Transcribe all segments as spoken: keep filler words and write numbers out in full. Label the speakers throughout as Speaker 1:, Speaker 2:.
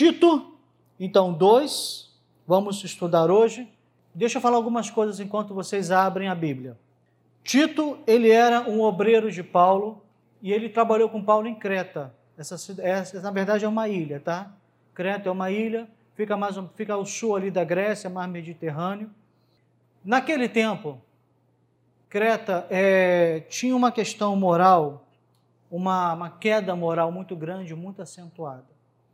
Speaker 1: Tito, então, dois, vamos estudar hoje. Deixa eu falar algumas coisas enquanto vocês abrem a Bíblia. Tito, ele era um obreiro de Paulo e ele trabalhou com Paulo em Creta. Essa, essa na verdade, é uma ilha, tá? Creta é uma ilha, fica, mais, fica ao sul ali da Grécia, mar Mediterrâneo. Naquele tempo, Creta é, tinha uma questão moral, uma, uma queda moral muito grande, muito acentuada.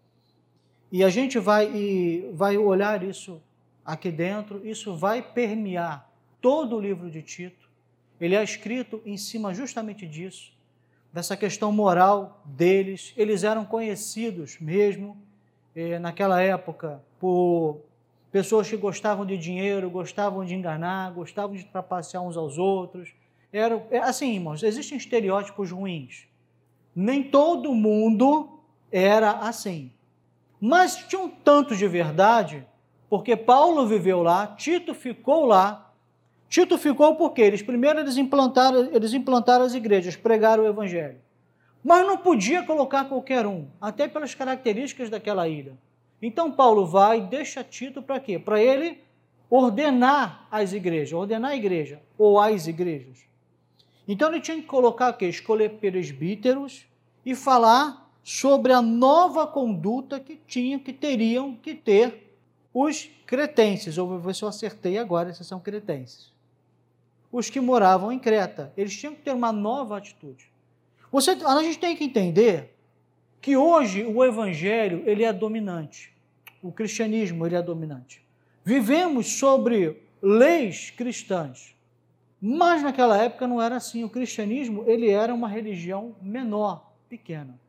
Speaker 1: E a gente vai, e vai olhar isso aqui dentro, isso vai permear todo o livro de Tito. Ele é escrito em cima justamente disso, dessa questão moral deles. Eles eram conhecidos mesmo, eh, naquela época, por pessoas que gostavam de dinheiro, gostavam de enganar, gostavam de trapacear uns aos outros. Era, assim, irmãos, existem estereótipos ruins. Nem todo mundo era assim. Mas tinha um tanto de verdade, porque Paulo viveu lá, Tito ficou lá. Tito ficou porque eles primeiro eles implantaram, eles implantaram as igrejas, pregaram o evangelho. Mas não podia colocar qualquer um, até pelas características daquela ilha. Então Paulo vai e deixa Tito para quê? Para ele ordenar as igrejas, ordenar a igreja, ou as igrejas. Então ele tinha que colocar o quê? Escolher presbíteros e falar sobre a nova conduta que tinham, que teriam que ter os cretenses, ou vou ver se eu acertei agora, esses são cretenses. Os que moravam em Creta, eles tinham que ter uma nova atitude. Você, a gente tem que entender que hoje o evangelho ele é dominante, o cristianismo ele é dominante. Vivemos sobre leis cristãs, mas naquela época não era assim. O cristianismo ele era uma religião menor, pequena.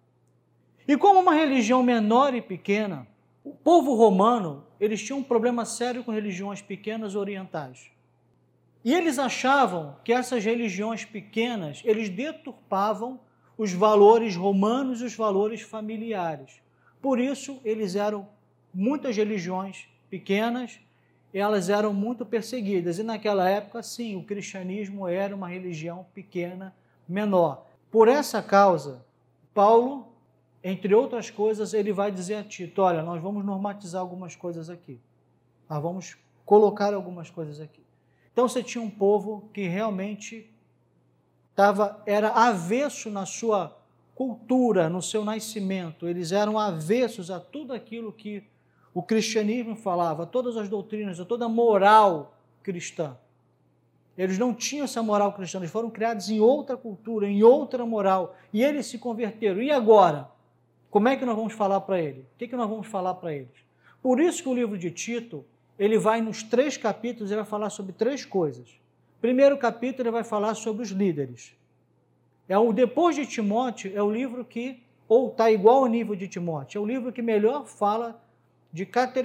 Speaker 1: E como uma religião menor e pequena, o povo romano, eles tinham um problema sério com religiões pequenas orientais. E eles achavam que essas religiões pequenas, eles deturpavam os valores romanos e os valores familiares. Por isso, eles eram muitas religiões pequenas, e elas eram muito perseguidas. E naquela época, sim, o cristianismo era uma religião pequena, menor. Por essa causa, Paulo, entre outras coisas, ele vai dizer a Tito, olha, nós vamos normatizar algumas coisas aqui. Nós vamos colocar algumas coisas aqui. Então, você tinha um povo que realmente tava, era avesso na sua cultura, no seu nascimento. Eles eram avessos a tudo aquilo que o cristianismo falava, todas as doutrinas, a toda a moral cristã. Eles não tinham essa moral cristã, eles foram criados em outra cultura, em outra moral, e eles se converteram. E agora? Como é que nós vamos falar para eles? O que, que nós vamos falar para eles? Por isso que o livro de Tito, ele vai nos três capítulos, ele vai falar sobre três coisas. Primeiro capítulo, ele vai falar sobre os líderes. É o, depois de Timóteo, é o livro que, ou está igual ao nível de Timóteo, é o livro que melhor fala de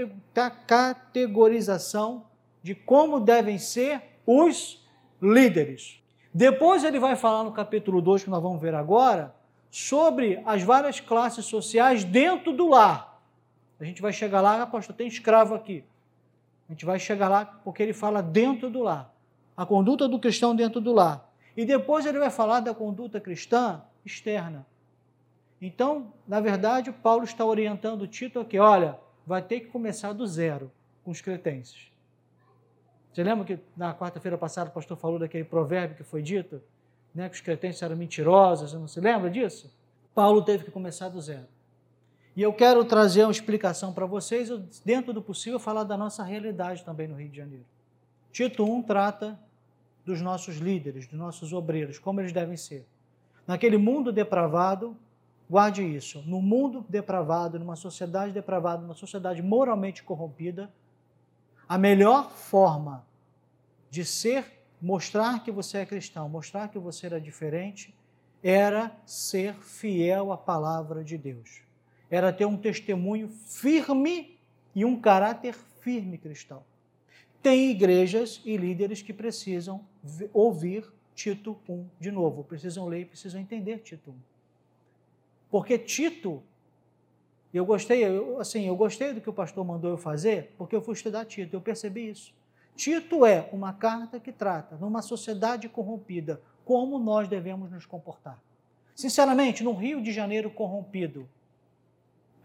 Speaker 1: categorização de como devem ser os líderes. Depois ele vai falar no capítulo dois, que nós vamos ver agora, sobre as várias classes sociais dentro do lar. A gente vai chegar lá, apóstolo, tem escravo aqui. A gente vai chegar lá porque ele fala dentro do lar. A conduta do cristão dentro do lar. E depois ele vai falar da conduta cristã externa. Então, na verdade, Paulo está orientando Tito aqui, olha, vai ter que começar do zero com os cretenses. Você lembra que na quarta-feira passada o pastor falou daquele provérbio que foi dito? Né, que os cretenses eram mentirosos, você não se lembra disso? Paulo teve que começar do zero. E eu quero trazer uma explicação para vocês, eu, dentro do possível, falar da nossa realidade também no Rio de Janeiro. Tito um trata dos nossos líderes, dos nossos obreiros, como eles devem ser. Naquele mundo depravado, guarde isso, no mundo depravado, numa sociedade depravada, numa sociedade moralmente corrompida, a melhor forma de ser, mostrar que você é cristão, mostrar que você era diferente, era ser fiel à palavra de Deus. Era ter um testemunho firme e um caráter firme cristão. Tem igrejas e líderes que precisam ouvir Tito um de novo, precisam ler e precisam entender Tito um. Porque Tito, eu gostei, eu, assim, eu gostei do que o pastor mandou eu fazer, porque eu fui estudar Tito, eu percebi isso. Tito é uma carta que trata, numa sociedade corrompida, como nós devemos nos comportar. Sinceramente, no Rio de Janeiro corrompido,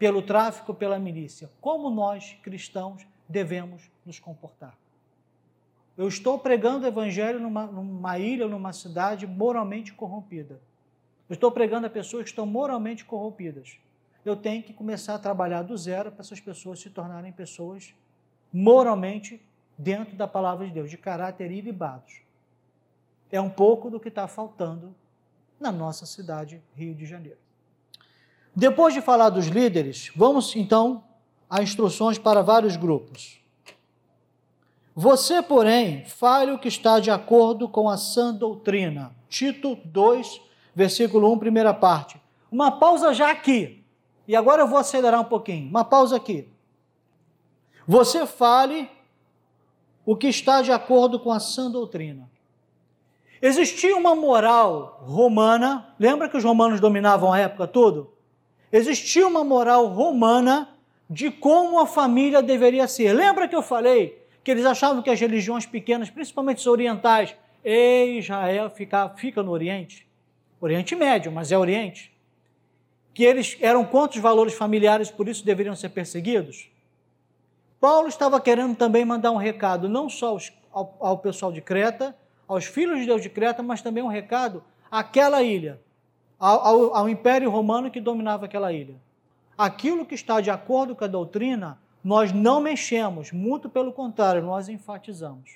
Speaker 1: pelo tráfico, pela milícia. Como nós, cristãos, devemos nos comportar? Eu estou pregando o evangelho numa, numa ilha, numa cidade moralmente corrompida. Eu estou pregando a pessoas que estão moralmente corrompidas. Eu tenho que começar a trabalhar do zero para essas pessoas se tornarem pessoas moralmente dentro da palavra de Deus, de caráter ilibados. É um pouco do que está faltando na nossa cidade, Rio de Janeiro. Depois de falar dos líderes, vamos então a instruções para vários grupos. Você, porém, fale o que está de acordo com a sã doutrina. Tito dois, versículo um, primeira parte. Uma pausa já aqui. E agora eu vou acelerar um pouquinho. Uma pausa aqui. Você fale o que está de acordo com a sã doutrina. Existia uma moral romana, lembra que os romanos dominavam a época toda? Existia uma moral romana de como a família deveria ser. Lembra que eu falei que eles achavam que as religiões pequenas, principalmente as orientais, e Israel fica, fica no Oriente, Oriente Médio, mas é Oriente, que eles eram contra os valores familiares, por isso deveriam ser perseguidos? Paulo estava querendo também mandar um recado, não só aos, ao, ao pessoal de Creta, aos filhos de Deus de Creta, mas também um recado àquela ilha, ao, ao, ao Império Romano que dominava aquela ilha. Aquilo que está de acordo com a doutrina, nós não mexemos, muito pelo contrário, nós enfatizamos.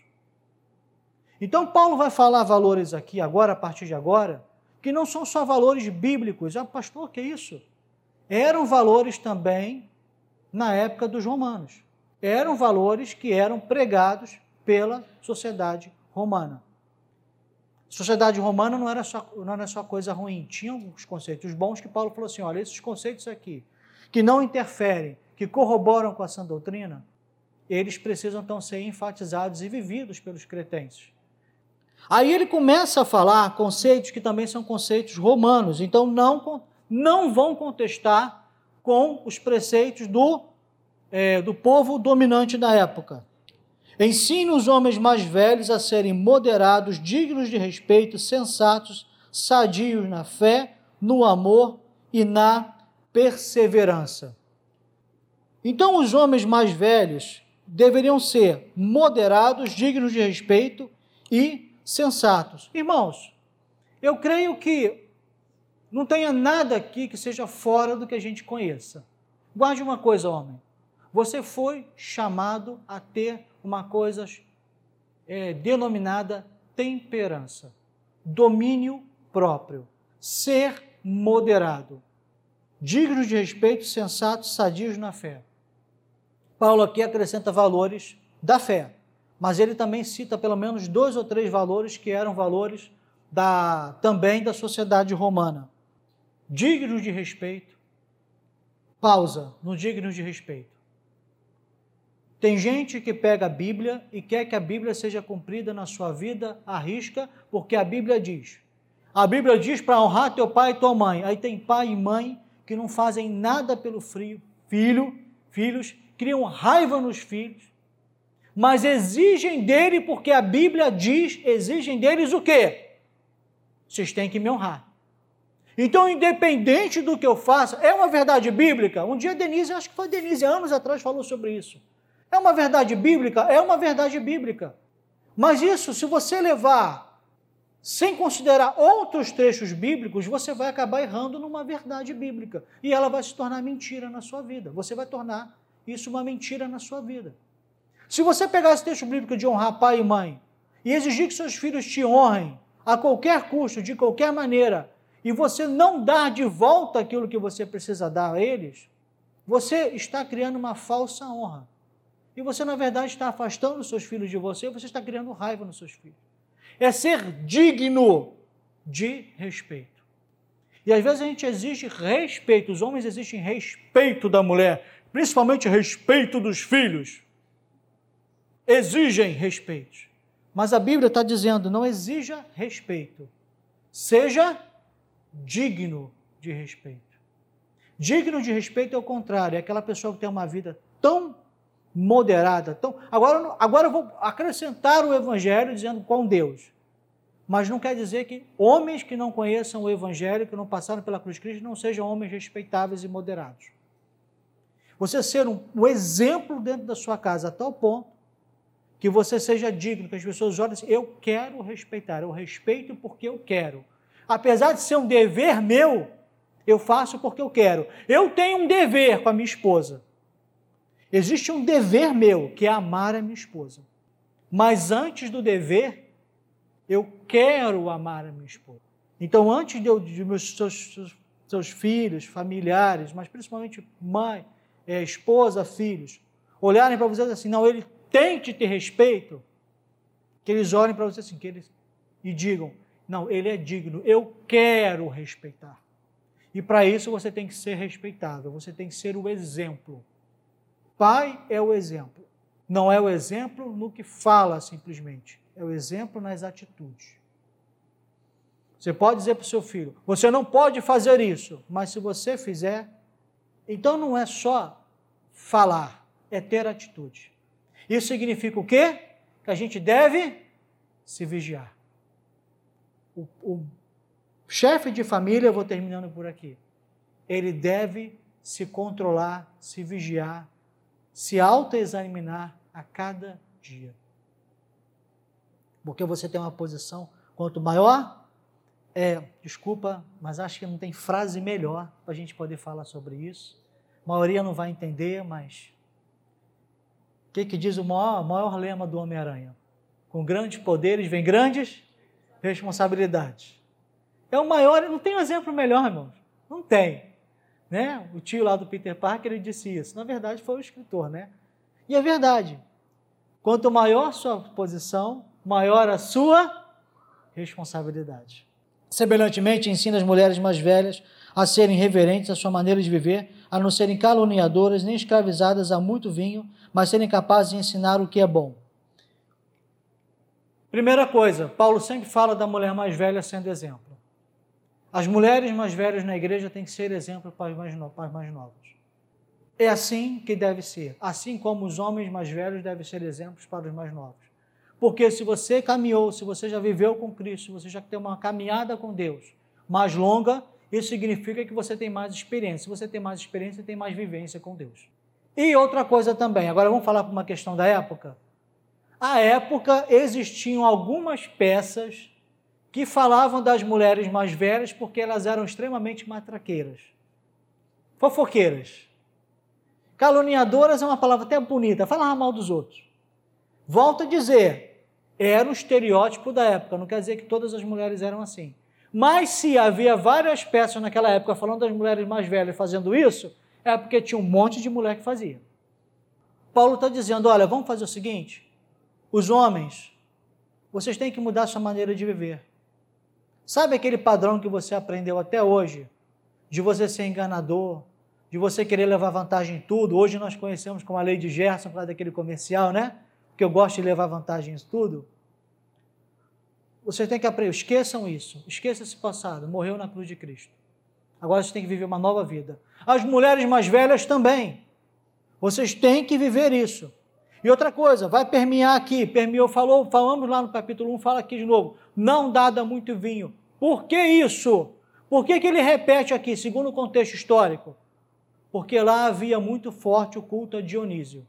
Speaker 1: Então Paulo vai falar valores aqui agora, a partir de agora, que não são só valores bíblicos. Ah, pastor, que isso? Eram valores também na época dos romanos. Eram valores que eram pregados pela sociedade romana. A sociedade romana não era só, não era só coisa ruim, tinha alguns conceitos bons que Paulo falou assim, olha, esses conceitos aqui, que não interferem, que corroboram com a sã doutrina, eles precisam então ser enfatizados e vividos pelos cretenses. Aí ele começa a falar conceitos que também são conceitos romanos, então não, não vão contestar com os preceitos do, é, do povo dominante da época. Ensine os homens mais velhos a serem moderados, dignos de respeito, sensatos, sadios na fé, no amor e na perseverança. Então, os homens mais velhos deveriam ser moderados, dignos de respeito e sensatos. Irmãos, eu creio que não tenha nada aqui que seja fora do que a gente conheça. Guarde uma coisa, homem. Você foi chamado a ter uma coisa é, denominada temperança, domínio próprio, ser moderado, digno de respeito, sensatos, sadios na fé. Paulo aqui acrescenta valores da fé, mas ele também cita pelo menos dois ou três valores que eram valores da, também da sociedade romana. Dignos de respeito, pausa no dignos de respeito. Tem gente que pega a Bíblia e quer que a Bíblia seja cumprida na sua vida à risca, porque a Bíblia diz. A Bíblia diz para honrar teu pai e tua mãe. Aí tem pai e mãe que não fazem nada pelo filho, filhos, criam raiva nos filhos, mas exigem dele, porque a Bíblia diz, exigem deles o quê? Vocês têm que me honrar. Então, independente do que eu faça, é uma verdade bíblica? Um dia a Denise, acho que foi a Denise, anos atrás, falou sobre isso. É uma verdade bíblica? É uma verdade bíblica. Mas isso, se você levar sem considerar outros trechos bíblicos, você vai acabar errando numa verdade bíblica. E ela vai se tornar mentira na sua vida. Você vai tornar isso uma mentira na sua vida. Se você pegar esse texto bíblico de honrar pai e mãe e exigir que seus filhos te honrem a qualquer custo, de qualquer maneira, e você não dar de volta aquilo que você precisa dar a eles, você está criando uma falsa honra. E você, na verdade, está afastando os seus filhos de você, você está criando raiva nos seus filhos. É ser digno de respeito. E às vezes a gente exige respeito, os homens exigem respeito da mulher, principalmente respeito dos filhos. Exigem respeito. Mas a Bíblia está dizendo, não exija respeito, seja digno de respeito. Digno de respeito é o contrário, é aquela pessoa que tem uma vida tão moderada. Tão... Agora, agora eu vou acrescentar o Evangelho dizendo com Deus. Mas não quer dizer que homens que não conheçam o Evangelho, que não passaram pela cruz de Cristo, não sejam homens respeitáveis e moderados. Você ser um, um exemplo dentro da sua casa, a tal ponto que você seja digno, que as pessoas olhem assim, eu quero respeitar, eu respeito porque eu quero. Apesar de ser um dever meu, eu faço porque eu quero. Eu tenho um dever com a minha esposa. Existe um dever meu, que é amar a minha esposa. Mas antes do dever, eu quero amar a minha esposa. Então, antes de, eu, de meus seus, seus, seus filhos, familiares, mas principalmente mãe, é, esposa, filhos, olharem para vocês assim, não, ele tem que ter respeito, que eles olhem para vocês assim, que eles, e digam, não, ele é digno, eu quero respeitar. E para isso você tem que ser respeitável, você tem que ser o exemplo. Pai é o exemplo. Não é o exemplo no que fala simplesmente, é o exemplo nas atitudes. Você pode dizer para o seu filho, você não pode fazer isso, mas se você fizer, então não é só falar, é ter atitude. Isso significa o quê? Que a gente deve se vigiar. O, o chefe de família, eu vou terminando por aqui, ele deve se controlar, se vigiar, se autoexaminar a cada dia. Porque você tem uma posição, quanto maior, é, desculpa, mas acho que não tem frase melhor para a gente poder falar sobre isso. A maioria não vai entender, mas o que, que diz o maior, maior lema do Homem-Aranha? Com grandes poderes vem grandes responsabilidades. É o maior, não tem um exemplo melhor, irmãos. Não tem. Né? O tio lá do Peter Parker, ele disse isso. Na verdade, foi o escritor, né? E é verdade. Quanto maior sua posição, maior a sua responsabilidade. Semelhantemente, ensina as mulheres mais velhas a serem reverentes à sua maneira de viver, a não serem caluniadoras nem escravizadas a muito vinho, mas serem capazes de ensinar o que é bom. Primeira coisa, Paulo sempre fala da mulher mais velha sendo exemplo. As mulheres mais velhas na igreja têm que ser exemplo para as mais, no, para as mais novas. É assim que deve ser, assim como os homens mais velhos devem ser exemplos para os mais novos. Porque se você caminhou, se você já viveu com Cristo, se você já tem uma caminhada com Deus mais longa, isso significa que você tem mais experiência. Se você tem mais experiência, tem mais vivência com Deus. E outra coisa também, agora vamos falar por uma questão da época. À época existiam algumas peças que falavam das mulheres mais velhas porque elas eram extremamente matraqueiras, fofoqueiras. Caluniadoras é uma palavra até bonita, falava mal dos outros. Volto a dizer, era um estereótipo da época, não quer dizer que todas as mulheres eram assim. Mas se havia várias peças naquela época falando das mulheres mais velhas fazendo isso, é porque tinha um monte de mulher que fazia. Paulo está dizendo, olha, vamos fazer o seguinte, os homens, vocês têm que mudar sua maneira de viver. Sabe aquele padrão que você aprendeu até hoje, de você ser enganador, de você querer levar vantagem em tudo? Hoje nós conhecemos como a lei de Gerson, por causa daquele comercial, né? Que eu gosto de levar vantagem em tudo. Vocês têm que aprender, esqueçam isso, esqueça esse passado, morreu na cruz de Cristo. Agora vocês têm que viver uma nova vida. As mulheres mais velhas também, vocês têm que viver isso. E outra coisa, vai permear aqui, permeou, falou, falamos lá no capítulo um, fala aqui de novo, não dada muito vinho. Por que isso? Por que que ele repete aqui, segundo o contexto histórico? Porque lá havia muito forte o culto a Dionísio.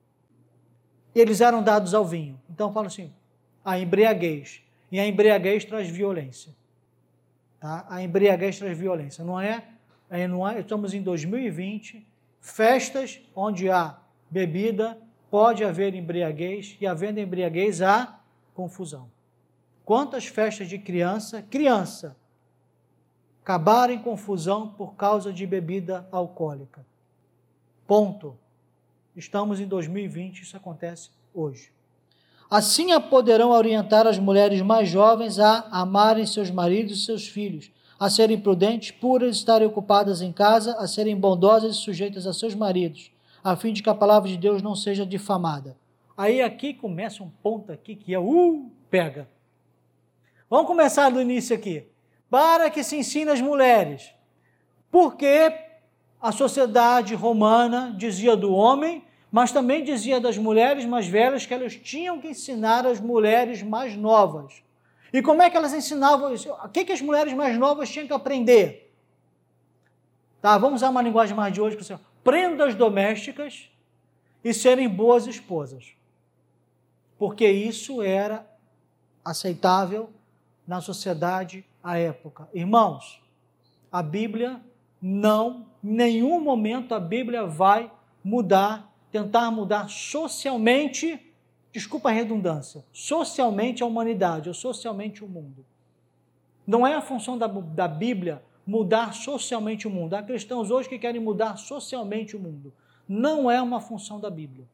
Speaker 1: Eles eram dados ao vinho. Então fala assim, a embriaguez. E a embriaguez traz violência. Tá? A embriaguez traz violência. Não é, não é, estamos em dois mil e vinte, festas onde há bebida, pode haver embriaguez, e havendo embriaguez há confusão. Quantas festas de criança, criança, acabaram em confusão por causa de bebida alcoólica. Ponto. Estamos em dois mil e vinte, isso acontece hoje. Assim poderão orientar as mulheres mais jovens a amarem seus maridos e seus filhos, a serem prudentes, puras, estarem ocupadas em casa, a serem bondosas e sujeitas a seus maridos, a fim de que a palavra de Deus não seja difamada. Aí aqui começa um ponto aqui que é, uh, pega. Vamos começar do início aqui. Para que se ensine as mulheres. Porque a sociedade romana dizia do homem, mas também dizia das mulheres mais velhas que elas tinham que ensinar as mulheres mais novas. E como é que elas ensinavam isso? O que, que as mulheres mais novas tinham que aprender? Tá, vamos usar uma linguagem mais de hoje. prendas domésticas e serem boas esposas. Porque isso era aceitável na sociedade à época. Irmãos, a Bíblia não, em nenhum momento a Bíblia vai mudar, tentar mudar socialmente, desculpa a redundância, socialmente a humanidade ou socialmente o mundo. Não é a função da, da Bíblia mudar socialmente o mundo. Há cristãos hoje que querem mudar socialmente o mundo. Não é uma função da Bíblia.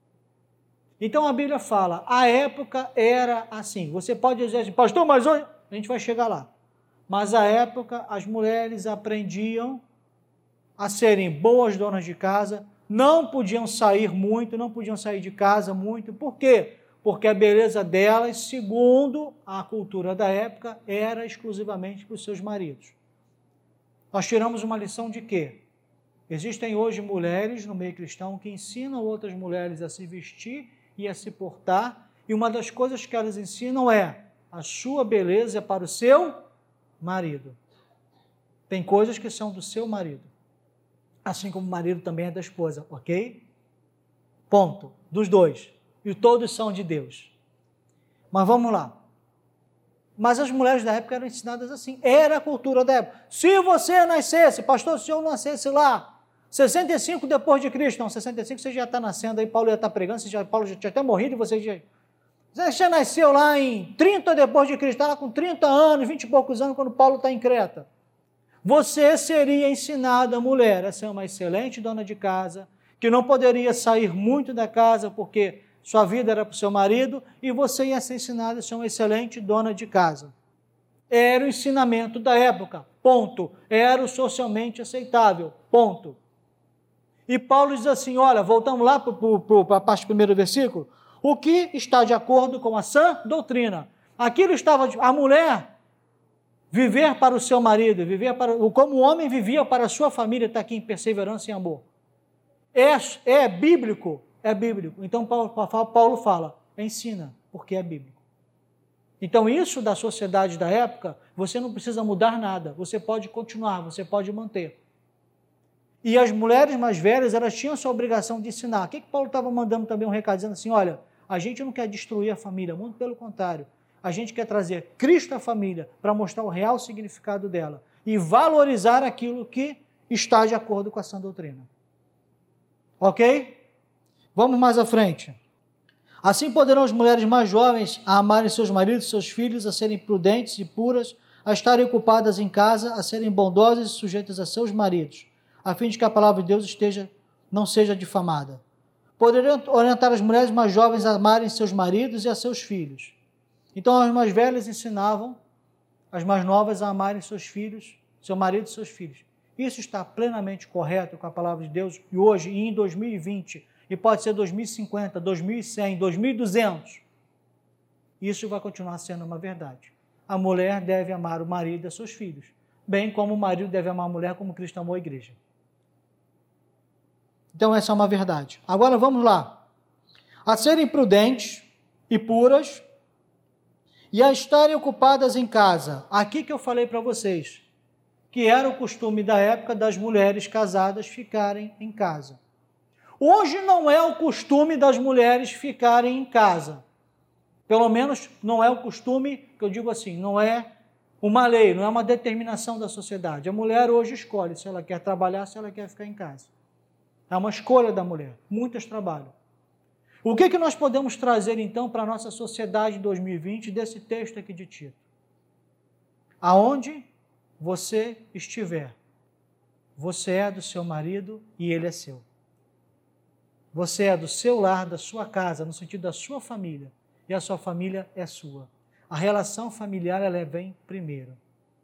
Speaker 1: Então a Bíblia fala, a época era assim. Você pode dizer assim, pastor, mas hoje a gente vai chegar lá. Mas a época as mulheres aprendiam a serem boas donas de casa, não podiam sair muito, não podiam sair de casa muito. Por quê? Porque a beleza delas, segundo a cultura da época, era exclusivamente para os seus maridos. Nós tiramos uma lição de quê? Existem hoje mulheres no meio cristão que ensinam outras mulheres a se vestir e a se portar, e uma das coisas que elas ensinam é a sua beleza é para o seu marido. Tem coisas que são do seu marido, assim como o marido também é da esposa, ok? Ponto. Dos dois. E todos são de Deus. Mas vamos lá. Mas as mulheres da época eram ensinadas assim. Era a cultura da época. Se você nascesse, pastor, se eu nascesse lá, sessenta e cinco depois de Cristo, não, sessenta e cinco você já está nascendo, aí Paulo já está pregando, você já, Paulo já tinha até morrido e você já... Você já nasceu lá em trinta depois de Cristo, está lá com trinta anos, vinte e poucos anos, quando Paulo está em Creta. Você seria ensinada, mulher, a ser uma excelente dona de casa, que não poderia sair muito da casa porque sua vida era para o seu marido, e você ia ser ensinada a ser uma excelente dona de casa. Era o ensinamento da época, ponto. Era o socialmente aceitável, ponto. E Paulo diz assim, olha, voltamos lá para a parte do primeiro versículo, o que está de acordo com a sã doutrina. Aquilo estava, a mulher, viver para o seu marido, viver para, como o homem vivia para a sua família, está aqui em perseverança e amor. É, é bíblico, é bíblico. Então Paulo, Paulo fala, ensina, porque é bíblico. Então isso da sociedade da época, você não precisa mudar nada, você pode continuar, você pode manter. E as mulheres mais velhas, elas tinham essa obrigação de ensinar. O que, que Paulo estava mandando também um recado, dizendo assim, olha, a gente não quer destruir a família, muito pelo contrário. A gente quer trazer Cristo à família para mostrar o real significado dela e valorizar aquilo que está de acordo com a sã doutrina. Ok? Vamos mais à frente. Assim poderão as mulheres mais jovens a amarem seus maridos, seus filhos, a serem prudentes e puras, a estarem ocupadas em casa, a serem bondosas e sujeitas a seus maridos, a fim de que a palavra de Deus esteja, não seja difamada. Poderiam orientar as mulheres mais jovens a amarem seus maridos e a seus filhos. Então as mais velhas ensinavam as mais novas a amarem seus filhos, seu marido e seus filhos. Isso está plenamente correto com a palavra de Deus e hoje, e em dois mil e vinte, e pode ser dois mil e cinquenta, dois mil e cem, dois mil e duzentos. Isso vai continuar sendo uma verdade. A mulher deve amar o marido e seus filhos, bem como o marido deve amar a mulher como Cristo amou a igreja. Então essa é uma verdade. Agora vamos lá. A serem prudentes e puras e a estarem ocupadas em casa. Aqui que eu falei para vocês, que era o costume da época das mulheres casadas ficarem em casa. Hoje não é o costume das mulheres ficarem em casa. Pelo menos não é o costume, que eu digo assim, não é uma lei, não é uma determinação da sociedade. A mulher hoje escolhe se ela quer trabalhar, se ela quer ficar em casa. É uma escolha da mulher. Muitas trabalham. O que, que nós podemos trazer, então, para a nossa sociedade de dois mil e vinte, desse texto aqui de Tito? Aonde você estiver, você é do seu marido e ele é seu. Você é do seu lar, da sua casa, no sentido da sua família, e a sua família é sua. A relação familiar, ela vem primeiro.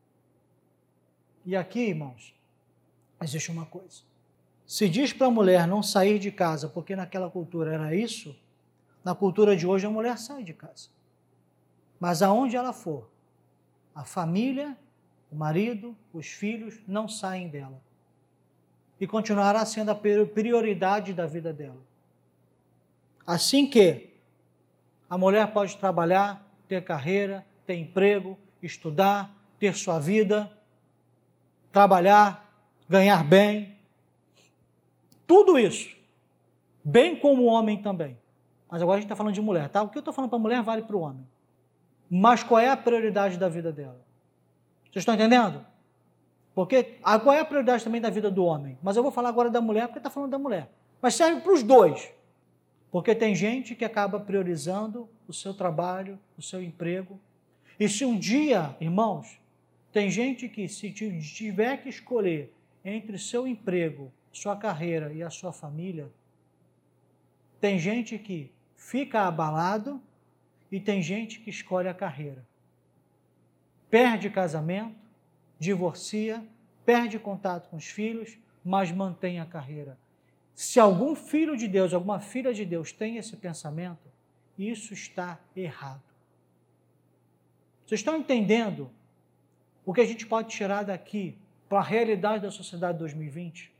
Speaker 1: E aqui, irmãos, existe uma coisa. Se diz para a mulher não sair de casa, porque naquela cultura era isso, na cultura de hoje a mulher sai de casa. Mas aonde ela for, a família, o marido, os filhos não saem dela. E continuará sendo a prioridade da vida dela. Assim que a mulher pode trabalhar, ter carreira, ter emprego, estudar, ter sua vida, trabalhar, ganhar bem, tudo isso, bem como o homem também. Mas agora a gente está falando de mulher, tá? O que eu estou falando para a mulher vale para o homem. Mas qual é a prioridade da vida dela? Vocês estão entendendo? Porque ah, qual é a prioridade também da vida do homem? Mas eu vou falar agora da mulher, porque está falando da mulher. Mas serve para os dois. Porque tem gente que acaba priorizando o seu trabalho, o seu emprego. E se um dia, irmãos, tem gente que se tiver que escolher entre seu emprego, sua carreira e a sua família, tem gente que fica abalado e tem gente que escolhe a carreira. Perde casamento, divorcia, perde contato com os filhos, mas mantém a carreira. Se algum filho de Deus, alguma filha de Deus tem esse pensamento, isso está errado. Vocês estão entendendo o que a gente pode tirar daqui para a realidade da sociedade de dois mil e vinte?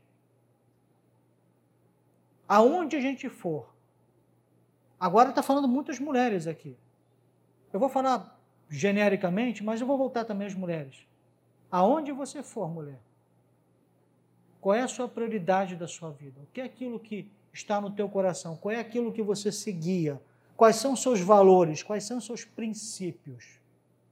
Speaker 1: Aonde a gente for, agora está falando muitas mulheres aqui. Eu vou falar genericamente, mas eu vou voltar também às mulheres. Aonde você for, mulher, qual é a sua prioridade da sua vida? O que é aquilo que está no teu coração? Qual é aquilo que você seguia? Quais são os seus valores? Quais são os seus princípios?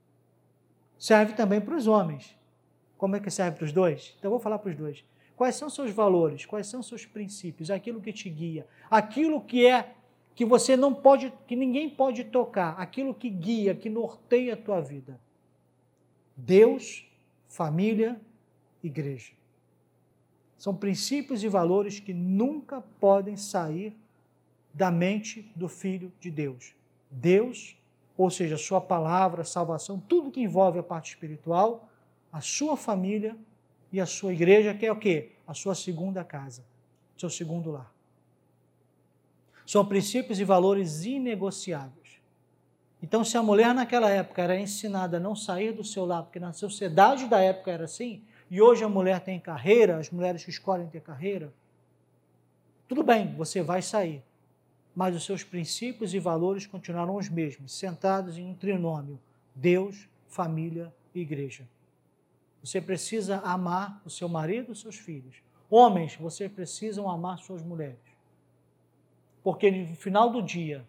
Speaker 1: Serve também para os homens. Como é que serve para os dois? Então eu vou falar para os dois. Quais são os seus valores? Quais são os seus princípios? Aquilo que te guia, aquilo que é que você não pode, que ninguém pode tocar, aquilo que guia, que norteia a tua vida. Deus, família, igreja. São princípios e valores que nunca podem sair da mente do Filho de Deus. Deus, ou seja, sua palavra, salvação, tudo que envolve a parte espiritual, a sua família e a sua igreja, que é o quê? A sua segunda casa, seu segundo lar. São princípios e valores inegociáveis. Então, se a mulher naquela época era ensinada a não sair do seu lar, porque na sociedade da época era assim, e hoje a mulher tem carreira, as mulheres que escolhem ter carreira, tudo bem, você vai sair, mas os seus princípios e valores continuaram os mesmos, centrados em um trinômio, Deus, família e igreja. Você precisa amar o seu marido e os seus filhos. Homens, vocês precisam amar suas mulheres. Porque no final do dia,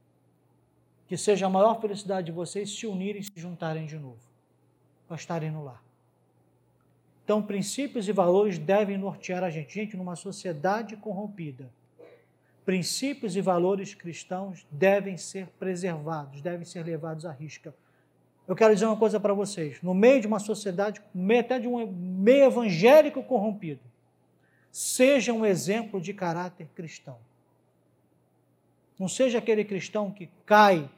Speaker 1: que seja a maior felicidade de vocês se unirem e se juntarem de novo, para estarem no lar. Então, princípios e valores devem nortear a gente. Gente, numa sociedade corrompida, princípios e valores cristãos devem ser preservados, devem ser levados à risca. Eu quero dizer uma coisa para vocês. No meio de uma sociedade, no meio até de um meio evangélico corrompido, seja um exemplo de caráter cristão. Não seja aquele cristão que cai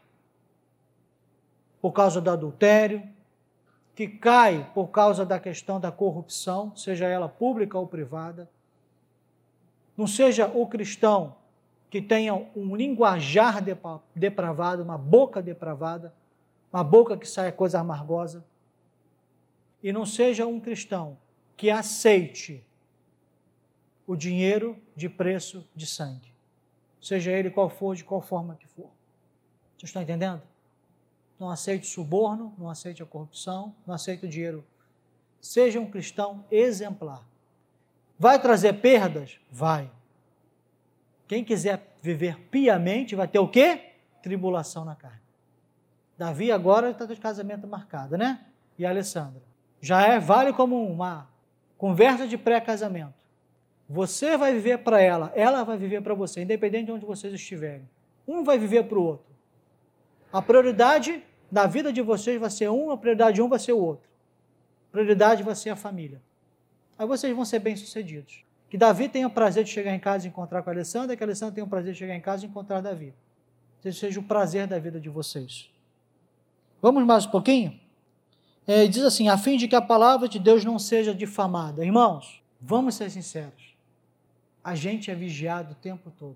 Speaker 1: por causa do adultério, que cai por causa da questão da corrupção, seja ela pública ou privada. Não seja o cristão que tenha um linguajar depravado, uma boca depravada, uma boca que saia coisa amargosa. E não seja um cristão que aceite o dinheiro de preço de sangue. Seja ele qual for, de qual forma que for. Vocês estão entendendo? Não aceite suborno, não aceite a corrupção, não aceite o dinheiro. Seja um cristão exemplar. Vai trazer perdas? Vai. Quem quiser viver piamente vai ter o quê? Tribulação na carne. Davi agora está de casamento marcado, né? E a Alessandra. Já é, vale como uma conversa de pré-casamento. Você vai viver para ela, ela vai viver para você, independente de onde vocês estiverem. Um vai viver para o outro. A prioridade da vida de vocês vai ser um, a prioridade de um vai ser o outro. A prioridade vai ser a família. Aí vocês vão ser bem-sucedidos. Que Davi tenha o prazer de chegar em casa e encontrar com a Alessandra, e que a Alessandra tenha o prazer de chegar em casa e encontrar Davi. Esse seja o prazer da vida de vocês. Vamos mais um pouquinho? É, diz assim, a fim de que a palavra de Deus não seja difamada. Irmãos, vamos ser sinceros. A gente é vigiado o tempo todo.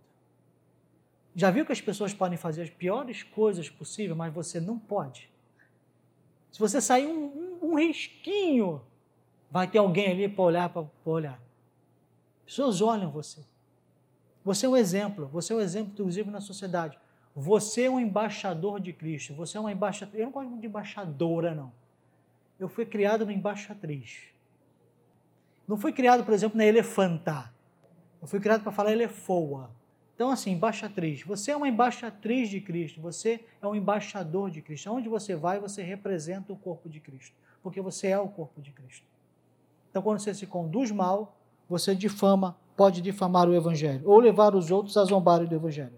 Speaker 1: Já viu que as pessoas podem fazer as piores coisas possíveis, mas você não pode? Se você sair um, um, um risquinho, vai ter alguém ali para olhar, para olhar. As pessoas olham você. Você é um exemplo, você é um exemplo, inclusive, na sociedade. Você é um embaixador de Cristo, você é uma embaixadora. Eu não gosto muito de embaixadora, não. Eu fui criado na embaixatriz. Não fui criado, por exemplo, na elefanta. Eu fui criado para falar elefoa. Então, assim, embaixatriz. Você é uma embaixatriz de Cristo. Você é um embaixador de Cristo. Onde você vai, você representa o corpo de Cristo. Porque você é o corpo de Cristo. Então, quando você se conduz mal, você difama, pode difamar o Evangelho. Ou levar os outros a zombarem do Evangelho.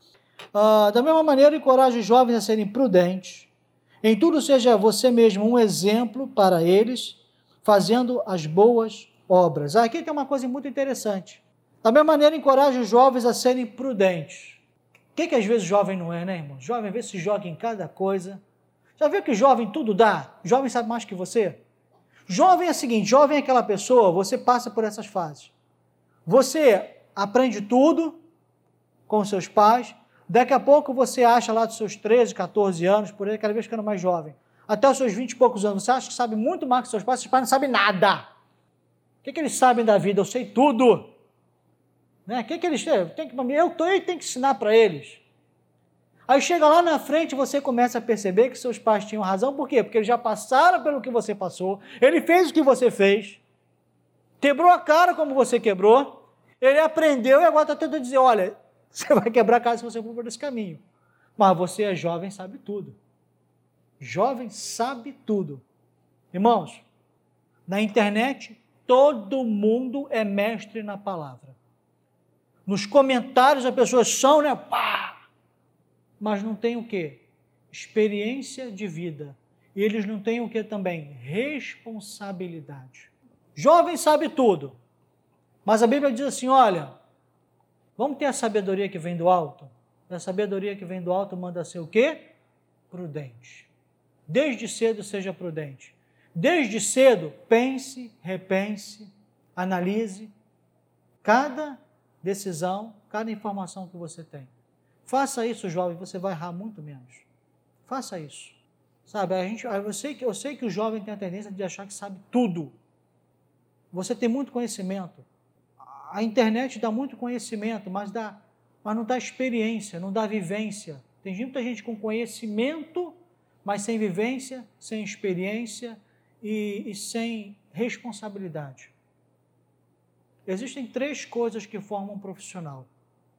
Speaker 1: Ah, da mesma maneira, encoraje os jovens a serem prudentes. Em tudo seja você mesmo um exemplo para eles, fazendo as boas obras. Aqui tem uma coisa muito interessante. Da mesma maneira, encoraje os jovens a serem prudentes. O que, que às vezes jovem não é, né, irmão? Jovem às vezes se joga em cada coisa. Já viu que jovem tudo dá? Jovem sabe mais que você? Jovem é o seguinte, jovem é aquela pessoa, você passa por essas fases. Você aprende tudo com seus pais, daqui a pouco você acha lá dos seus treze, catorze anos, por aí, cada vez ficando mais jovem, até os seus vinte e poucos anos, você acha que sabe muito mais que seus pais, seus pais não sabem nada. O que, que eles sabem da vida? Eu sei tudo. Né? O que, que eles têm? Que, eu tenho que ensinar para eles. Aí chega lá na frente, você começa a perceber que seus pais tinham razão. Por quê? Porque eles já passaram pelo que você passou, ele fez o que você fez, quebrou a cara como você quebrou, ele aprendeu e agora está tentando dizer, olha, você vai quebrar a cara se você for por esse caminho. Mas você é jovem, sabe tudo. Jovem sabe tudo. Irmãos, na internet, todo mundo é mestre na palavra. Nos comentários as pessoas são, né? Pá! Mas não tem o quê? Experiência de vida. E eles não têm o quê também? Responsabilidade. Jovem sabe tudo. Mas a Bíblia diz assim, olha, vamos ter a sabedoria que vem do alto? A sabedoria que vem do alto manda ser o quê? Prudente. Desde cedo seja prudente. Desde cedo, pense, repense, analise cada decisão, cada informação que você tem. Faça isso, jovem, você vai errar muito menos. Faça isso. Sabe, a gente, eu, sei que, eu sei que o jovem tem a tendência de achar que sabe tudo. Você tem muito conhecimento. A internet dá muito conhecimento, mas, dá, mas não dá experiência, não dá vivência. Tem muita gente com conhecimento, mas sem vivência, sem experiência e, e sem responsabilidade. Existem três coisas que formam um profissional: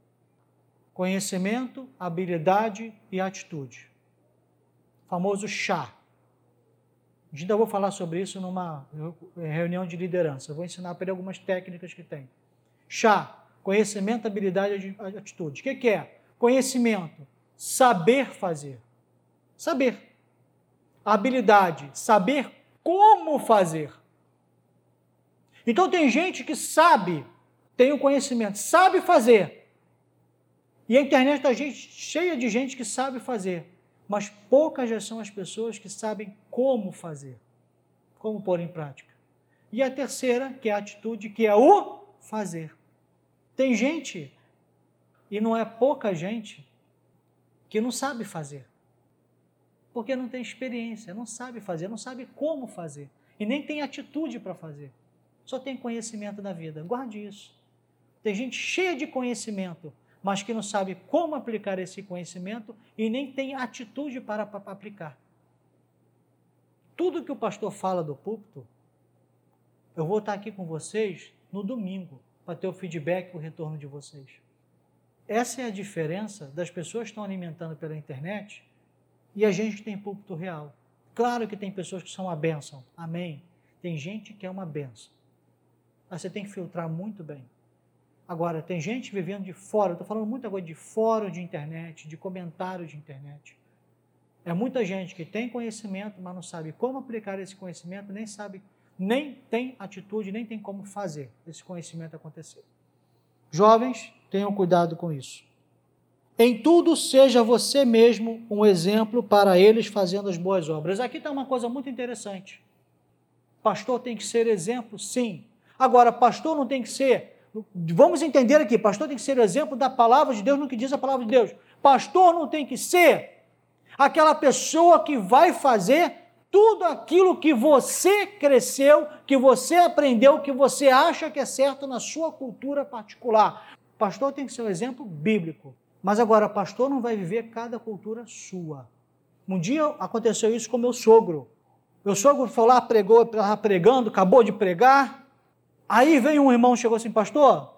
Speaker 1: conhecimento, habilidade e atitude. O famoso chá. Ainda vou falar sobre isso numa reunião de liderança. Eu vou ensinar para ele algumas técnicas que tem. Chá, conhecimento, habilidade e atitude. O que, que é? Conhecimento, saber fazer. Saber. Habilidade, saber como fazer. Então tem gente que sabe, tem o conhecimento, sabe fazer. E a internet está cheia de gente que sabe fazer, mas poucas já são as pessoas que sabem como fazer, como pôr em prática. E a terceira, que é a atitude, que é o fazer. Tem gente, e não é pouca gente, que não sabe fazer, porque não tem experiência, não sabe fazer, não sabe como fazer, e nem tem atitude para fazer. Só tem conhecimento da vida. Guarde isso. Tem gente cheia de conhecimento, mas que não sabe como aplicar esse conhecimento e nem tem atitude para, para aplicar. Tudo que o pastor fala do púlpito, eu vou estar aqui com vocês no domingo, para ter o feedback e o retorno de vocês. Essa é a diferença das pessoas que estão alimentando pela internet e a gente que tem púlpito real. Claro que tem pessoas que são uma bênção, amém. Tem gente que é uma bênção. Mas você tem que filtrar muito bem. Agora, tem gente vivendo de fora, eu estou falando muita coisa de fora de internet, de comentários de internet. É muita gente que tem conhecimento, mas não sabe como aplicar esse conhecimento, nem sabe, nem tem atitude, nem tem como fazer esse conhecimento acontecer. Jovens, tenham cuidado com isso. Em tudo, seja você mesmo um exemplo para eles fazendo as boas obras. Aqui está uma coisa muito interessante. Pastor tem que ser exemplo, sim. Agora, pastor não tem que ser, vamos entender aqui, pastor tem que ser o exemplo da palavra de Deus no que diz a palavra de Deus. Pastor não tem que ser aquela pessoa que vai fazer tudo aquilo que você cresceu, que você aprendeu, que você acha que é certo na sua cultura particular. Pastor tem que ser um exemplo bíblico. Mas agora, pastor não vai viver cada cultura sua. Um dia aconteceu isso com meu sogro. Meu sogro foi lá, pregou, estava pregando, acabou de pregar. Aí veio um irmão, chegou assim, pastor,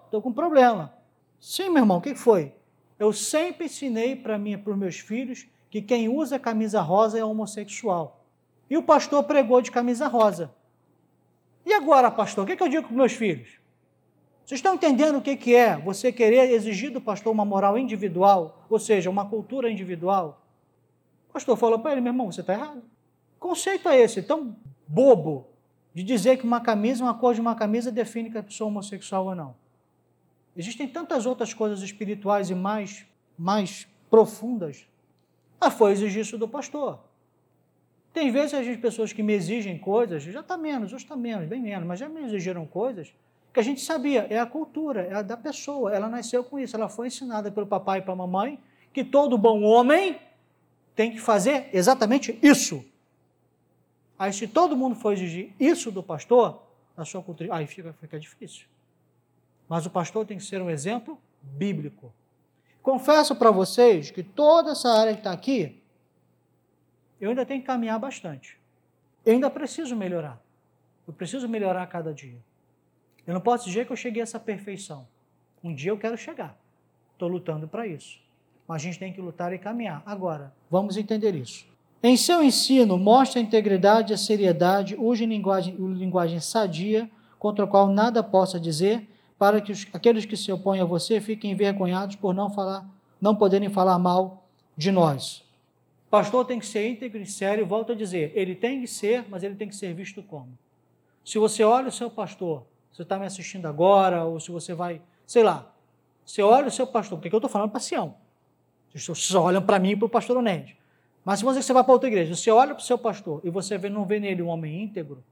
Speaker 1: estou com um problema. Sim, meu irmão, o que foi? Eu sempre ensinei para os meus filhos que quem usa camisa rosa é homossexual. E o pastor pregou de camisa rosa. E agora, pastor, o que, que eu digo para os meus filhos? Vocês estão entendendo o que, que é você querer exigir do pastor uma moral individual, ou seja, uma cultura individual? O pastor falou para ele, meu irmão, você está errado. Que conceito é esse, tão bobo, de dizer que uma camisa, uma cor de uma camisa define que a pessoa é homossexual ou não? Existem tantas outras coisas espirituais e mais, mais profundas. Ah, foi exigir isso do pastor. Tem vezes as pessoas que me exigem coisas, já está menos, hoje está menos, bem menos, mas já me exigiram coisas que a gente sabia, é a cultura, é a da pessoa, ela nasceu com isso, ela foi ensinada pelo papai e pela mamãe que todo bom homem tem que fazer exatamente isso. Aí se todo mundo for exigir isso do pastor, na sua cultura, aí fica, fica difícil. Mas o pastor tem que ser um exemplo bíblico. Confesso para vocês que toda essa área que está aqui, eu ainda tenho que caminhar bastante. Eu ainda preciso melhorar. Eu preciso melhorar a cada dia. Eu não posso dizer que eu cheguei a essa perfeição. Um dia eu quero chegar. Estou lutando para isso. Mas a gente tem que lutar e caminhar. Agora, vamos entender isso. Em seu ensino, mostre a integridade e a seriedade, use linguagem, linguagem sadia, contra a qual nada possa dizer, para que os, aqueles que se opõem a você fiquem envergonhados por não, falar, não poderem falar mal de nós. O pastor tem que ser íntegro e sério, volto a dizer, ele tem que ser, mas ele tem que ser visto como. Se você olha o seu pastor, você está me assistindo agora, ou se você vai, sei lá, você olha o seu pastor, porque eu estou falando para Sião, vocês olham para mim e para o pastor Onésio, mas se você vai para outra igreja, você olha para o seu pastor e você vê, não vê nele um homem íntegro,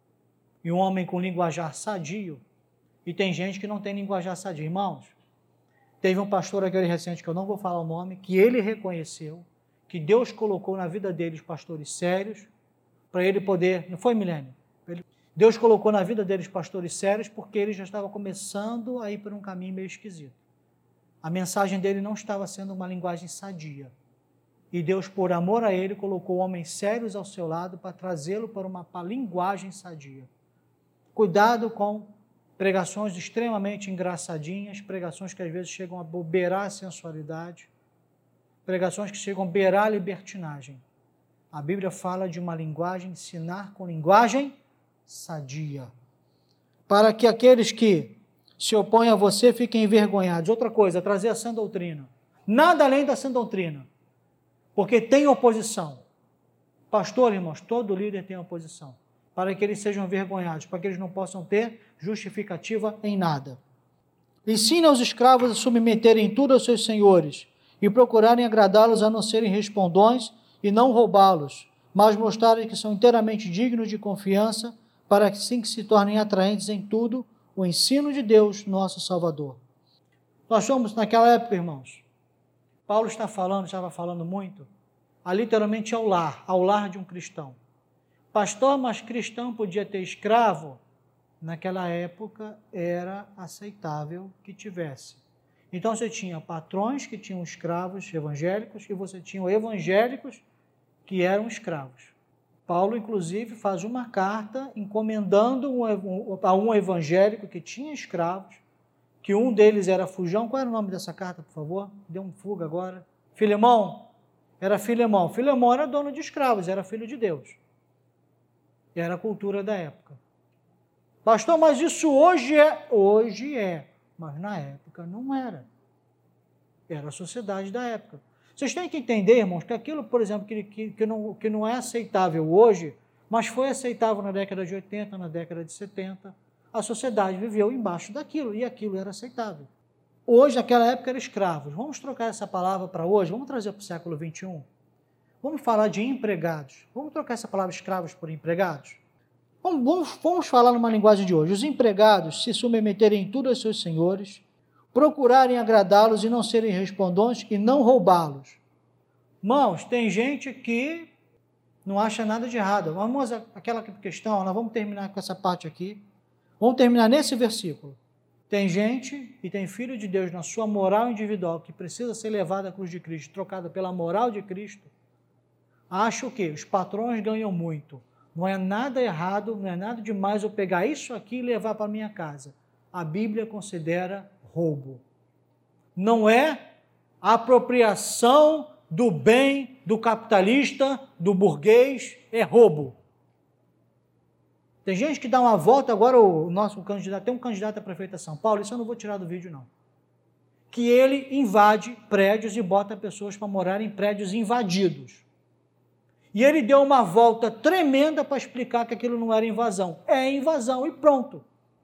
Speaker 1: e um homem com linguajar sadio, e tem gente que não tem linguajar sadio. Irmãos, teve um pastor aquele recente, que eu não vou falar o nome, que ele reconheceu, que Deus colocou na vida dele os pastores sérios, para ele poder, não foi, Milênio? Deus colocou na vida deles pastores sérios, porque ele já estava começando a ir por um caminho meio esquisito. A mensagem dele não estava sendo uma linguagem sadia. E Deus, por amor a ele, colocou homens sérios ao seu lado para trazê-lo para uma para linguagem sadia. Cuidado com pregações extremamente engraçadinhas, pregações que às vezes chegam a beirar a sensualidade, pregações que chegam a beirar a libertinagem. A Bíblia fala de uma linguagem, ensinar com linguagem sadia, para que aqueles que se opõem a você fiquem envergonhados. Outra coisa, trazer a sã doutrina. Nada além da sã doutrina, porque tem oposição. Pastor, irmãos, todo líder tem oposição, para que eles sejam envergonhados, para que eles não possam ter justificativa em nada. Ensine aos escravos a submeterem tudo aos seus senhores e procurarem agradá-los a não serem respondões e não roubá-los, mas mostrarem que são inteiramente dignos de confiança, para que sim que se tornem atraentes em tudo o ensino de Deus, nosso Salvador. Nós somos, naquela época, irmãos, Paulo está falando, estava falando muito, a literalmente ao lar, ao lar de um cristão. Pastor, mas cristão podia ter escravo? Naquela época era aceitável que tivesse. Então você tinha patrões que tinham escravos evangélicos e você tinha evangélicos que eram escravos. Paulo, inclusive, faz uma carta encomendando um, a um evangélico que tinha escravos, que um deles era Fujão. Qual era o nome dessa carta, por favor? Deu um fuga agora. Filemão? Era Filemão. Filemão era dono de escravos, era filho de Deus. Era a cultura da época. Pastor, mas isso hoje é? Hoje é, mas na época não era. Era a sociedade da época. Vocês têm que entender, irmãos, que aquilo, por exemplo, que, que, que, não, que não é aceitável hoje, mas foi aceitável na década de oitenta, na década de setenta, a sociedade viveu embaixo daquilo, e aquilo era aceitável. Hoje, naquela época, eram escravos. Vamos trocar essa palavra para hoje? Vamos trazer para o século vinte e um? Vamos falar de empregados. Vamos trocar essa palavra escravos por empregados? Vamos, vamos, vamos falar numa linguagem de hoje. Os empregados se submeterem em tudo aos seus senhores, procurarem agradá-los e não serem respondões e não roubá-los. Irmãos, tem gente que não acha nada de errado. Vamos aquela questão, nós vamos terminar com essa parte aqui. Vamos terminar nesse versículo. Tem gente e tem filho de Deus na sua moral individual que precisa ser levada à cruz de Cristo, trocada pela moral de Cristo. Acha o quê? Os patrões ganham muito. Não é nada errado, não é nada demais eu pegar isso aqui e levar para minha casa. A Bíblia considera roubo. Não é a apropriação do bem do capitalista, do burguês, é roubo. Tem gente que dá uma volta, agora o nosso candidato, tem um candidato a prefeito de São Paulo, isso eu não vou tirar do vídeo não, que ele invade prédios e bota pessoas para morar em prédios invadidos. E ele deu uma volta tremenda para explicar que aquilo não era invasão. É invasão e pronto.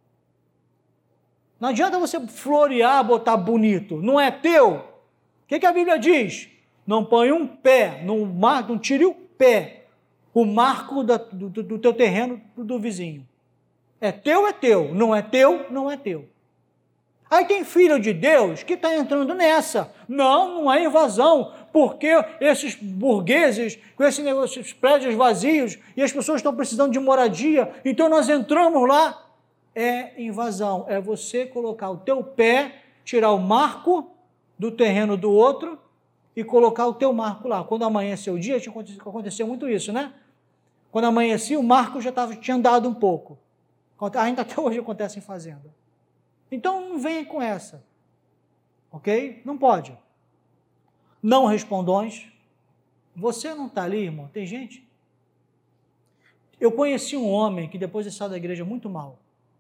Speaker 1: Não adianta você florear, botar bonito. Não é teu. O que, que a Bíblia diz? Não põe um pé, não, não tire o pé, o marco da, do, do teu terreno do vizinho. É teu, é teu. Não é teu, não é teu. Aí tem filho de Deus que está entrando nessa. Não, não é invasão, porque esses burgueses, com esses, esses prédios vazios, e as pessoas estão precisando de moradia, então nós entramos lá. É invasão, é você colocar o teu pé, tirar o marco do terreno do outro e colocar o teu marco lá. Quando amanheceu o dia, aconteceu muito isso, né? Quando amanhecia, o marco já tava, tinha andado um pouco. Ainda até hoje acontece em fazenda. Então, não venha com essa, ok? Não pode. Não respondões. Você não está ali, irmão? Tem gente? Eu conheci um homem que depois de sair da igreja muito mal,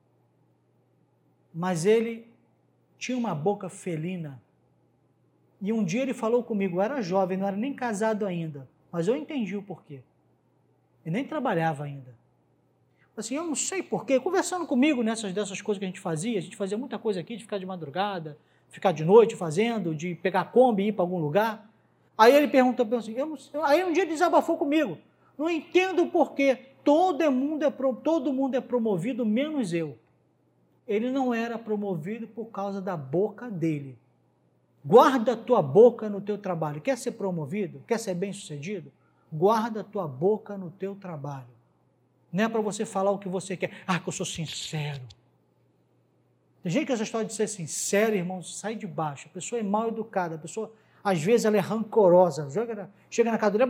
Speaker 1: mas ele tinha uma boca felina. E um dia ele falou comigo, eu era jovem, não era nem casado ainda, mas eu entendi o porquê. E nem trabalhava ainda. Assim, eu não sei porquê, conversando comigo nessas dessas coisas que a gente fazia, a gente fazia muita coisa aqui, de ficar de madrugada, ficar de noite fazendo, de pegar Kombi e ir para algum lugar. Aí ele perguntou, assim, eu não sei. Aí um dia ele desabafou comigo, não entendo porquê, todo mundo, é, todo mundo é promovido, menos eu. Ele não era promovido por causa da boca dele. Guarda a tua boca no teu trabalho. Quer ser promovido? Quer ser bem-sucedido? Guarda a tua boca no teu trabalho. Não é para você falar o que você quer. Ah, que eu sou sincero. Tem gente que essa história de ser sincero, irmão, sai de baixo. A pessoa é mal educada, a pessoa, às vezes, ela é rancorosa. Chega na casa dele,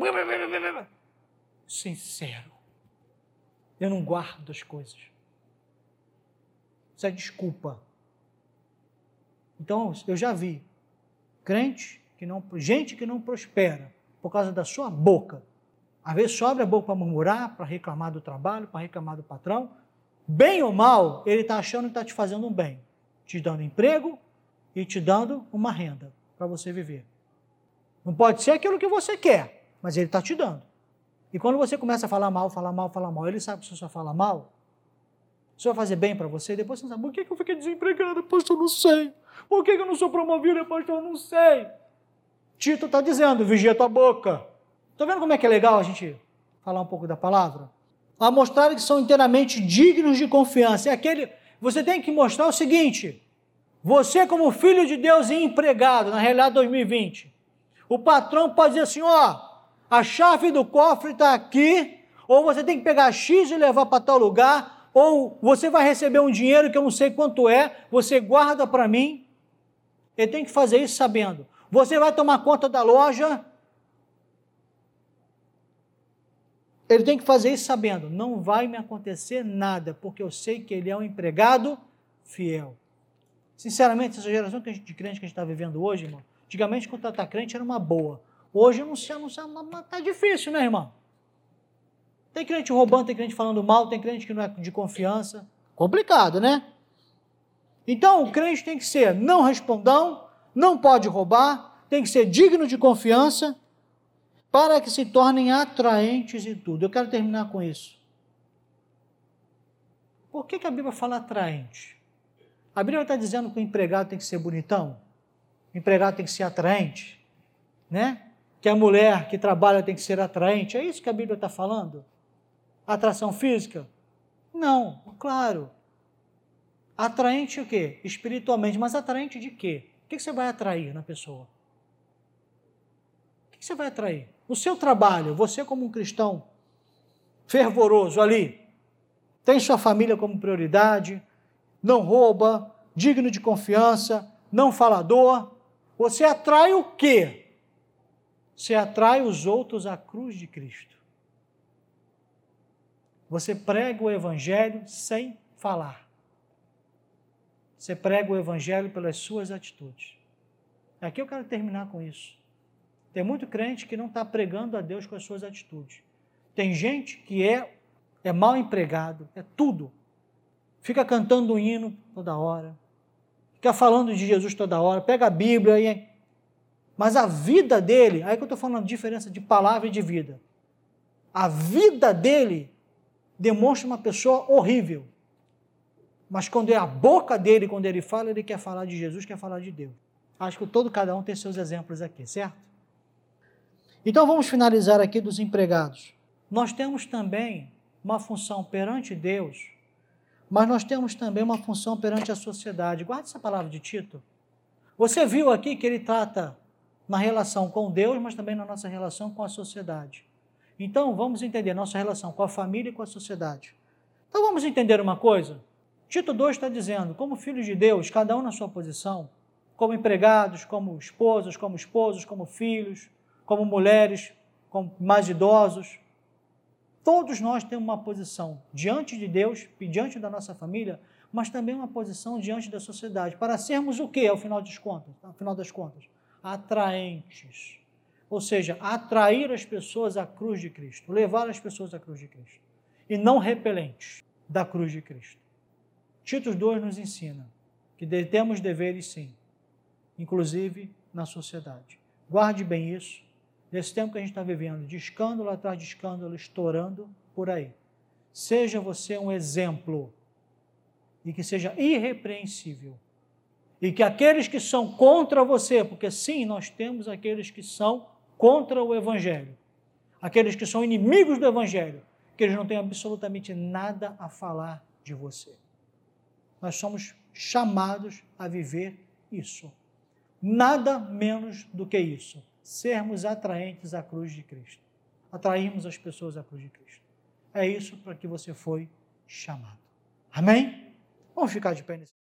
Speaker 1: sincero. Eu não guardo as coisas. Isso é desculpa. Então, eu já vi crente, que não, gente que não prospera por causa da sua boca. Às vezes só abre a boca para murmurar, para reclamar do trabalho, para reclamar do patrão. Bem ou mal, ele está achando que está te fazendo um bem. Te dando emprego e te dando uma renda para você viver. Não pode ser aquilo que você quer, mas ele está te dando. E quando você começa a falar mal, falar mal, falar mal, ele sabe que você só fala mal, isso vai fazer bem para você, depois você não sabe, por que eu fiquei desempregado? Pastor, eu não sei. Por que eu não sou promovido? Pastor, eu não sei. Tito está dizendo, vigia tua boca. Está vendo como é que é legal a gente falar um pouco da palavra? A mostrar que são inteiramente dignos de confiança. É aquele, você tem que mostrar o seguinte, você como filho de Deus e empregado, na realidade dois mil e vinte, o patrão pode dizer assim, ó, a chave do cofre está aqui, ou você tem que pegar X e levar para tal lugar, ou você vai receber um dinheiro que eu não sei quanto é, você guarda para mim. Ele tem que fazer isso sabendo. Você vai tomar conta da loja, ele tem que fazer isso sabendo, não vai me acontecer nada, porque eu sei que ele é um empregado fiel. Sinceramente, essa geração de crente que a gente está vivendo hoje, irmão, antigamente contratar crente era uma boa. Hoje não sei, não sei, está difícil, né, irmão? Tem crente roubando, tem crente falando mal, tem crente que não é de confiança. Complicado, né? Então, o crente tem que ser não respondão, não pode roubar, tem que ser digno de confiança, para que se tornem atraentes em tudo. Eu quero terminar com isso. Por que que a Bíblia fala atraente? A Bíblia está dizendo que o empregado tem que ser bonitão, o empregado tem que ser atraente, né? Que a mulher que trabalha tem que ser atraente. É isso que a Bíblia está falando? Atração física? Não, claro. Atraente o quê? Espiritualmente, mas atraente de quê? O que você vai atrair na pessoa? O que você vai atrair? O seu trabalho, você como um cristão fervoroso ali, tem sua família como prioridade, não rouba, digno de confiança, não falador, você atrai o quê? Você atrai os outros à cruz de Cristo. Você prega o evangelho sem falar, Você prega o evangelho pelas suas atitudes. Aqui eu quero terminar com isso. Tem muito crente que não está pregando a Deus com as suas atitudes. Tem gente que é, é mal empregado, é tudo. Fica cantando um hino toda hora, fica falando de Jesus toda hora, pega a Bíblia, e... mas a vida dele, aí que eu estou falando a diferença de palavra e de vida. A vida dele demonstra uma pessoa horrível. Mas quando é a boca dele, quando ele fala, ele quer falar de Jesus, quer falar de Deus. Acho que todo cada um tem seus exemplos aqui, certo? Então vamos finalizar aqui dos empregados. Nós temos também uma função perante Deus, mas nós temos também uma função perante a sociedade. Guarde essa palavra de Tito. Você viu aqui que ele trata na relação com Deus, mas também na nossa relação com a sociedade. Então vamos entender nossa relação com a família e com a sociedade. Então vamos entender uma coisa. Tito dois está dizendo, como filhos de Deus, cada um na sua posição, como empregados, como esposas, como esposos, como filhos, como mulheres, como mais idosos, todos nós temos uma posição diante de Deus, diante da nossa família, mas também uma posição diante da sociedade, para sermos o quê, ao final das contas? Ao final das contas, atraentes. Ou seja, atrair as pessoas à cruz de Cristo, levar as pessoas à cruz de Cristo, e não repelentes da cruz de Cristo. Tito dois nos ensina que temos deveres sim, inclusive na sociedade. Guarde bem isso, nesse tempo que a gente está vivendo, de escândalo atrás de escândalo, estourando por aí. Seja você um exemplo e que seja irrepreensível. E que aqueles que são contra você, porque sim, nós temos aqueles que são contra o Evangelho, aqueles que são inimigos do Evangelho, que eles não têm absolutamente nada a falar de você. Nós somos chamados a viver isso. Nada menos do que isso. Sermos atraentes à cruz de Cristo. Atrairmos as pessoas à cruz de Cristo. É isso para que você foi chamado. Amém? Vamos ficar de pé nesse